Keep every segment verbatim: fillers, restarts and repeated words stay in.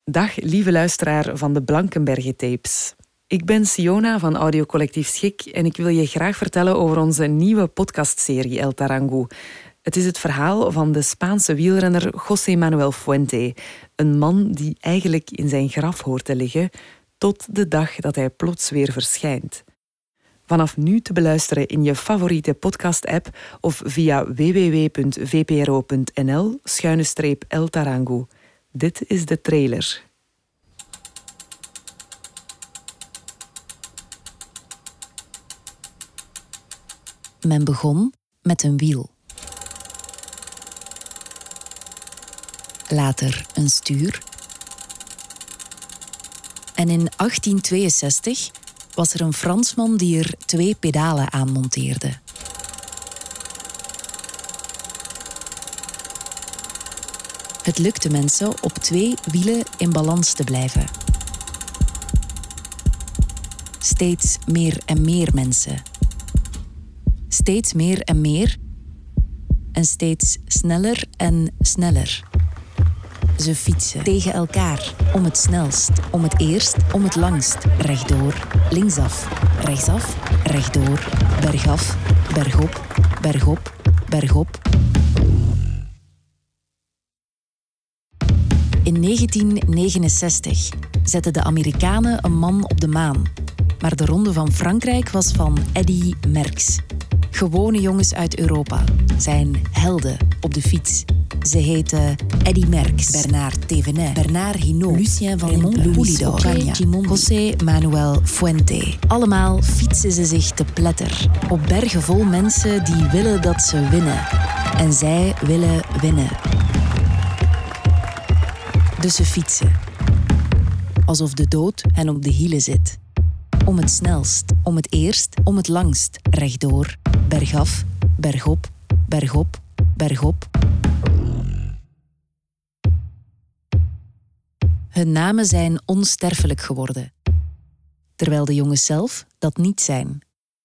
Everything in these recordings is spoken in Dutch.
Dag lieve luisteraar van de Blankenberge Tapes. Ik ben Siona van Audiocollectief Schik en ik wil je graag vertellen over onze nieuwe podcastserie El Tarangu. Het is het verhaal van de Spaanse wielrenner José Manuel Fuente. Een man die eigenlijk in zijn graf hoort te liggen tot de dag dat hij plots weer verschijnt. Vanaf nu te beluisteren in je favoriete podcast-app of via w w w punt v p r o punt n l schuine streep El Tarangu. Dit is de trailer. Men begon met een wiel. Later een stuur. En in achttien tweeënzestig was er een Fransman die er twee pedalen aan monteerde. Het lukte mensen op twee wielen in balans te blijven. Steeds meer en meer mensen. Steeds meer en meer. En steeds sneller en sneller. Ze fietsen tegen elkaar, om het snelst, om het eerst, om het langst. Rechtdoor, linksaf, rechtsaf, rechtdoor, bergaf, bergop, bergop, bergop. In negentien negenenzestig zetten de Amerikanen een man op de maan. Maar de Ronde van Frankrijk was van Eddy Merckx. Gewone jongens uit Europa zijn helden op de fiets. Ze heten Eddy Merckx, Bernard Thévenet, Bernard Hinault, Lucien van Raymond Poulidor, José Manuel Fuente. Allemaal fietsen ze zich te pletter. Op bergen vol mensen die willen dat ze winnen. En zij willen winnen. Dus ze fietsen. Alsof de dood hen op de hielen zit. Om het snelst, om het eerst, om het langst. Rechtdoor, bergaf, bergop, bergop, bergop. Hun namen zijn onsterfelijk geworden. Terwijl de jongens zelf dat niet zijn.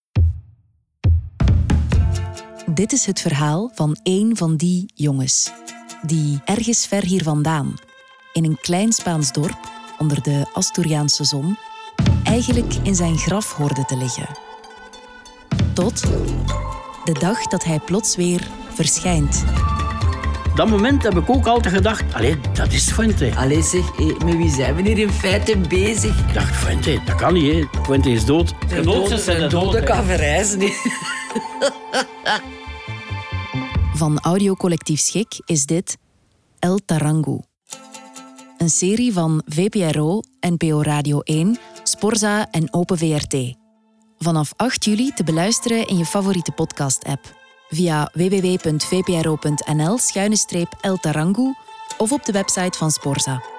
Dit is het verhaal van één van die jongens. Die ergens ver hier vandaan, in een klein Spaans dorp, onder de Asturiaanse zon, eigenlijk in zijn graf hoorde te liggen. Tot de dag dat hij plots weer verschijnt. Op dat moment heb ik ook altijd gedacht, allee, dat is Fuente. Allee zeg, met wie zijn we hier in feite bezig? Ik dacht, Fuente, dat kan niet, hè. Fuente is dood. De dode, de dode kan verrijzen, niet. Van Audiocollectief Schik is dit El Tarangu. Een serie van V P R O, N P O Radio één, Sporza en Open V R T. Vanaf acht juli te beluisteren in je favoriete podcast-app. Via w w w punt v p r o punt n l schuine streep El Tarangu of op de website van Sporza.